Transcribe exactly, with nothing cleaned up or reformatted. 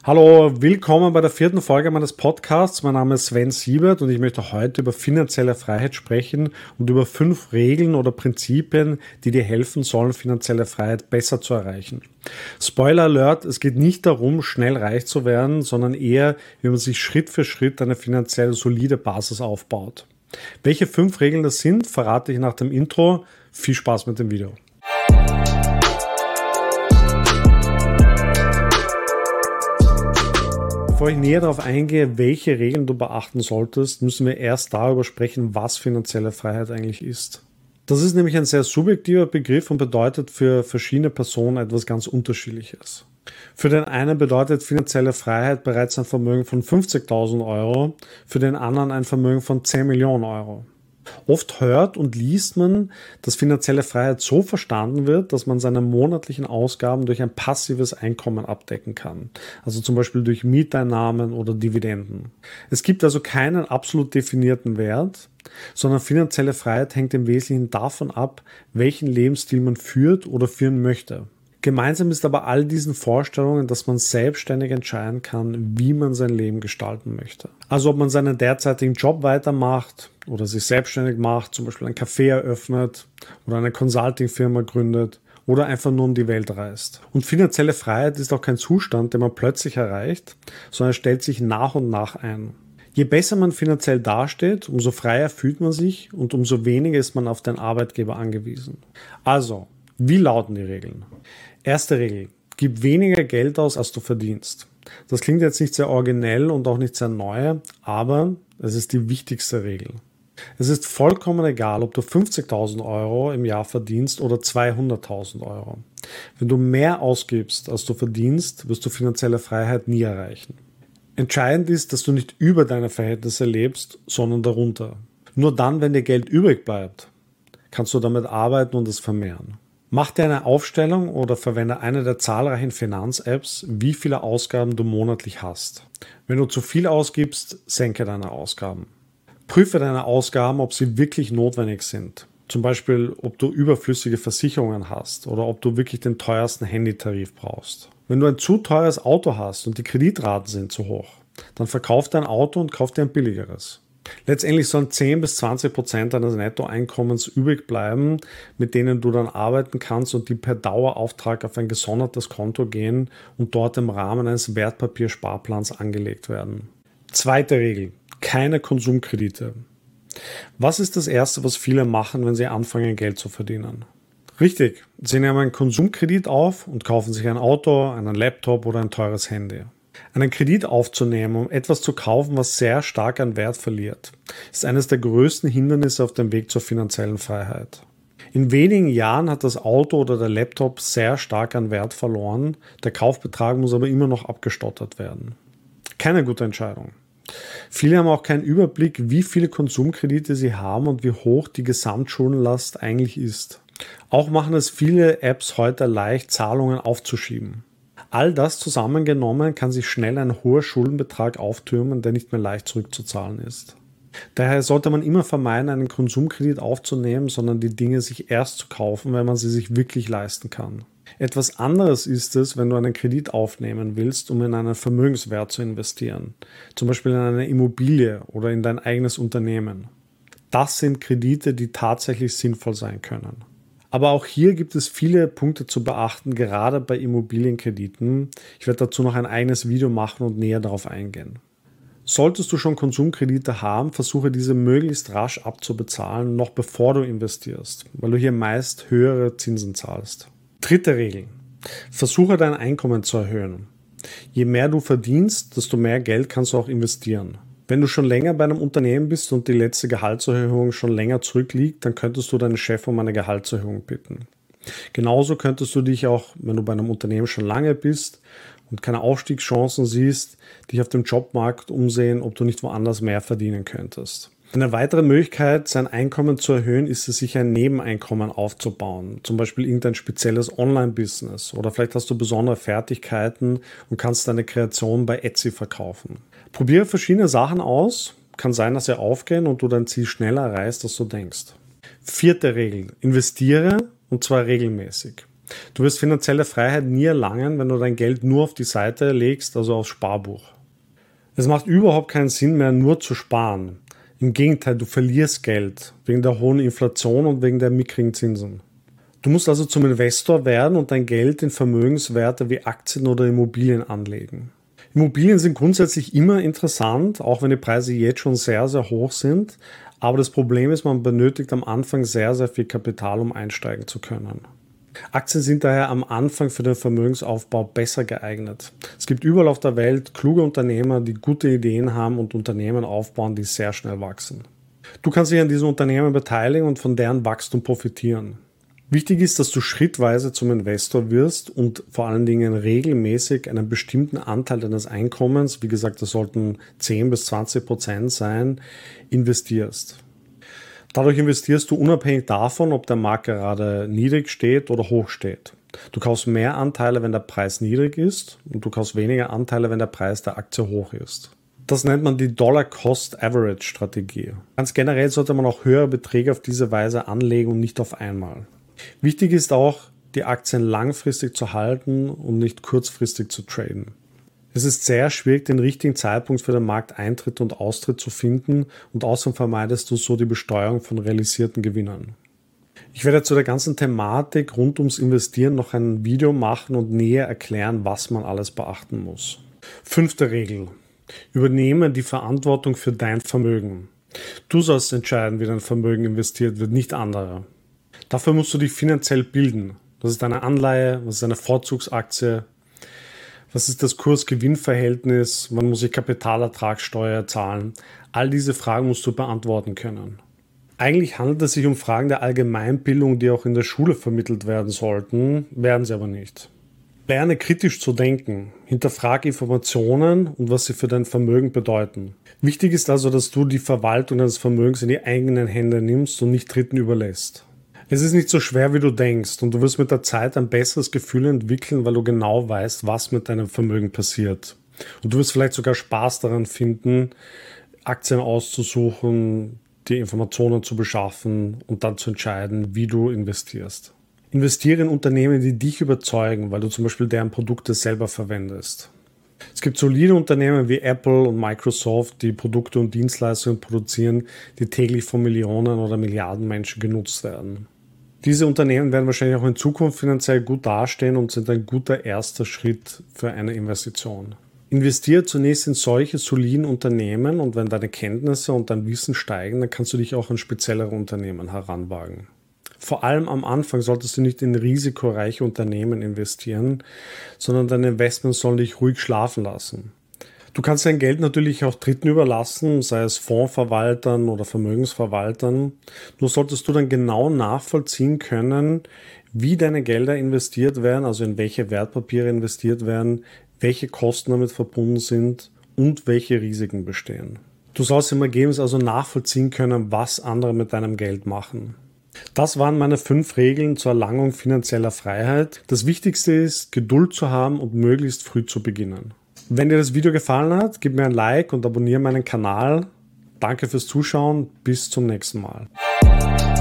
Hallo, willkommen bei der vierten Folge meines Podcasts. Mein Name ist Sven Siebert und ich möchte heute über finanzielle Freiheit sprechen und über fünf Regeln oder Prinzipien, die dir helfen sollen, finanzielle Freiheit besser zu erreichen. Spoiler Alert, es geht nicht darum, schnell reich zu werden, sondern eher, wie man sich Schritt für Schritt eine finanziell solide Basis aufbaut. Welche fünf Regeln das sind, verrate ich nach dem Intro. Viel Spaß mit dem Video. Bevor ich näher darauf eingehe, welche Regeln du beachten solltest, müssen wir erst darüber sprechen, was finanzielle Freiheit eigentlich ist. Das ist nämlich ein sehr subjektiver Begriff und bedeutet für verschiedene Personen etwas ganz Unterschiedliches. Für den einen bedeutet finanzielle Freiheit bereits ein Vermögen von fünfzigtausend Euro, für den anderen ein Vermögen von zehn Millionen Euro. Oft hört und liest man, dass finanzielle Freiheit so verstanden wird, dass man seine monatlichen Ausgaben durch ein passives Einkommen abdecken kann. Also zum Beispiel durch Mieteinnahmen oder Dividenden. Es gibt also keinen absolut definierten Wert, sondern finanzielle Freiheit hängt im Wesentlichen davon ab, welchen Lebensstil man führt oder führen möchte. Gemeinsam ist aber all diesen Vorstellungen, dass man selbstständig entscheiden kann, wie man sein Leben gestalten möchte. Also ob man seinen derzeitigen Job weitermacht oder sich selbstständig macht, zum Beispiel ein Café eröffnet oder eine Consulting-Firma gründet oder einfach nur um die Welt reist. Und finanzielle Freiheit ist auch kein Zustand, den man plötzlich erreicht, sondern stellt sich nach und nach ein. Je besser man finanziell dasteht, umso freier fühlt man sich und umso weniger ist man auf den Arbeitgeber angewiesen. Also, wie lauten die Regeln? Erste Regel: Gib weniger Geld aus, als du verdienst. Das klingt jetzt nicht sehr originell und auch nicht sehr neu, aber es ist die wichtigste Regel. Es ist vollkommen egal, ob du fünfzigtausend Euro im Jahr verdienst oder zweihunderttausend Euro. Wenn du mehr ausgibst, als du verdienst, wirst du finanzielle Freiheit nie erreichen. Entscheidend ist, dass du nicht über deine Verhältnisse lebst, sondern darunter. Nur dann, wenn dir Geld übrig bleibt, kannst du damit arbeiten und es vermehren. Mach dir eine Aufstellung oder verwende eine der zahlreichen Finanz-Apps, wie viele Ausgaben du monatlich hast. Wenn du zu viel ausgibst, senke deine Ausgaben. Prüfe deine Ausgaben, ob sie wirklich notwendig sind. Zum Beispiel, ob du überflüssige Versicherungen hast oder ob du wirklich den teuersten Handytarif brauchst. Wenn du ein zu teures Auto hast und die Kreditraten sind zu hoch, dann verkauf dein Auto und kauf dir ein billigeres. Letztendlich sollen zehn bis zwanzig Prozent deines Nettoeinkommens übrig bleiben, mit denen du dann arbeiten kannst und die per Dauerauftrag auf ein gesondertes Konto gehen und dort im Rahmen eines Wertpapiersparplans angelegt werden. Zweite Regel: Keine Konsumkredite. Was ist das Erste, was viele machen, wenn sie anfangen, Geld zu verdienen? Richtig, sie nehmen einen Konsumkredit auf und kaufen sich ein Auto, einen Laptop oder ein teures Handy. Einen Kredit aufzunehmen, um etwas zu kaufen, was sehr stark an Wert verliert, ist eines der größten Hindernisse auf dem Weg zur finanziellen Freiheit. In wenigen Jahren hat das Auto oder der Laptop sehr stark an Wert verloren, der Kaufbetrag muss aber immer noch abgestottert werden. Keine gute Entscheidung. Viele haben auch keinen Überblick, wie viele Konsumkredite sie haben und wie hoch die Gesamtschuldenlast eigentlich ist. Auch machen es viele Apps heute leicht, Zahlungen aufzuschieben. All das zusammengenommen kann sich schnell ein hoher Schuldenbetrag auftürmen, der nicht mehr leicht zurückzuzahlen ist. Daher sollte man immer vermeiden, einen Konsumkredit aufzunehmen, sondern die Dinge sich erst zu kaufen, wenn man sie sich wirklich leisten kann. Etwas anderes ist es, wenn du einen Kredit aufnehmen willst, um in einen Vermögenswert zu investieren, zum Beispiel in eine Immobilie oder in dein eigenes Unternehmen. Das sind Kredite, die tatsächlich sinnvoll sein können. Aber auch hier gibt es viele Punkte zu beachten, gerade bei Immobilienkrediten. Ich werde dazu noch ein eigenes Video machen und näher darauf eingehen. Solltest du schon Konsumkredite haben, versuche diese möglichst rasch abzubezahlen, noch bevor du investierst, weil du hier meist höhere Zinsen zahlst. Dritte Regel: Versuche dein Einkommen zu erhöhen. Je mehr du verdienst, desto mehr Geld kannst du auch investieren. Wenn du schon länger bei einem Unternehmen bist und die letzte Gehaltserhöhung schon länger zurückliegt, dann könntest du deinen Chef um eine Gehaltserhöhung bitten. Genauso könntest du dich auch, wenn du bei einem Unternehmen schon lange bist und keine Aufstiegschancen siehst, dich auf dem Jobmarkt umsehen, ob du nicht woanders mehr verdienen könntest. Eine weitere Möglichkeit, sein Einkommen zu erhöhen, ist es, sich ein Nebeneinkommen aufzubauen. Zum Beispiel irgendein spezielles Online-Business oder vielleicht hast du besondere Fertigkeiten und kannst deine Kreation bei Etsy verkaufen. Probiere verschiedene Sachen aus. Kann sein, dass sie aufgehen und du dein Ziel schneller erreichst, als du denkst. Vierte Regel: Investiere, und zwar regelmäßig. Du wirst finanzielle Freiheit nie erlangen, wenn du dein Geld nur auf die Seite legst, also aufs Sparbuch. Es macht überhaupt keinen Sinn mehr, nur zu sparen. Im Gegenteil, du verlierst Geld wegen der hohen Inflation und wegen der mickrigen Zinsen. Du musst also zum Investor werden und dein Geld in Vermögenswerte wie Aktien oder Immobilien anlegen. Immobilien sind grundsätzlich immer interessant, auch wenn die Preise jetzt schon sehr, sehr hoch sind. Aber das Problem ist, man benötigt am Anfang sehr, sehr viel Kapital, um einsteigen zu können. Aktien sind daher am Anfang für den Vermögensaufbau besser geeignet. Es gibt überall auf der Welt kluge Unternehmer, die gute Ideen haben und Unternehmen aufbauen, die sehr schnell wachsen. Du kannst dich an diesen Unternehmen beteiligen und von deren Wachstum profitieren. Wichtig ist, dass du schrittweise zum Investor wirst und vor allen Dingen regelmäßig einen bestimmten Anteil deines Einkommens, wie gesagt, das sollten zehn bis zwanzig Prozent sein, investierst. Dadurch investierst du unabhängig davon, ob der Markt gerade niedrig steht oder hoch steht. Du kaufst mehr Anteile, wenn der Preis niedrig ist, und du kaufst weniger Anteile, wenn der Preis der Aktie hoch ist. Das nennt man die Dollar-Cost-Average-Strategie. Ganz generell sollte man auch höhere Beträge auf diese Weise anlegen und nicht auf einmal. Wichtig ist auch, die Aktien langfristig zu halten und nicht kurzfristig zu traden. Es ist sehr schwierig, den richtigen Zeitpunkt für den Markteintritt und Austritt zu finden und außerdem vermeidest du so die Besteuerung von realisierten Gewinnern. Ich werde zu der ganzen Thematik rund ums Investieren noch ein Video machen und näher erklären, was man alles beachten muss. Fünfte Regel. Übernehme die Verantwortung für dein Vermögen. Du sollst entscheiden, wie dein Vermögen investiert wird, nicht andere. Dafür musst du dich finanziell bilden. Was ist eine Anleihe? Was ist eine Vorzugsaktie? Was ist das Kurs-Gewinn-Verhältnis? Wann muss ich Kapitalertragssteuer zahlen? All diese Fragen musst du beantworten können. Eigentlich handelt es sich um Fragen der Allgemeinbildung, die auch in der Schule vermittelt werden sollten, werden sie aber nicht. Lerne kritisch zu denken, hinterfrage Informationen und was sie für dein Vermögen bedeuten. Wichtig ist also, dass du die Verwaltung deines Vermögens in die eigenen Hände nimmst und nicht Dritten überlässt. Es ist nicht so schwer, wie du denkst, und du wirst mit der Zeit ein besseres Gefühl entwickeln, weil du genau weißt, was mit deinem Vermögen passiert. Und du wirst vielleicht sogar Spaß daran finden, Aktien auszusuchen, die Informationen zu beschaffen und dann zu entscheiden, wie du investierst. Investiere in Unternehmen, die dich überzeugen, weil du zum Beispiel deren Produkte selber verwendest. Es gibt solide Unternehmen wie Apple und Microsoft, die Produkte und Dienstleistungen produzieren, die täglich von Millionen oder Milliarden Menschen genutzt werden. Diese Unternehmen werden wahrscheinlich auch in Zukunft finanziell gut dastehen und sind ein guter erster Schritt für eine Investition. Investiere zunächst in solche soliden Unternehmen, und wenn deine Kenntnisse und dein Wissen steigen, dann kannst du dich auch an speziellere Unternehmen heranwagen. Vor allem am Anfang solltest du nicht in risikoreiche Unternehmen investieren, sondern deine Investments sollen dich ruhig schlafen lassen. Du kannst dein Geld natürlich auch Dritten überlassen, sei es Fondsverwaltern oder Vermögensverwaltern. Nur solltest du dann genau nachvollziehen können, wie deine Gelder investiert werden, also in welche Wertpapiere investiert werden, welche Kosten damit verbunden sind und welche Risiken bestehen. Du sollst im Ergebnis also nachvollziehen können, was andere mit deinem Geld machen. Das waren meine fünf Regeln zur Erlangung finanzieller Freiheit. Das Wichtigste ist, Geduld zu haben und möglichst früh zu beginnen. Wenn dir das Video gefallen hat, gib mir ein Like und abonniere meinen Kanal. Danke fürs Zuschauen. Bis zum nächsten Mal.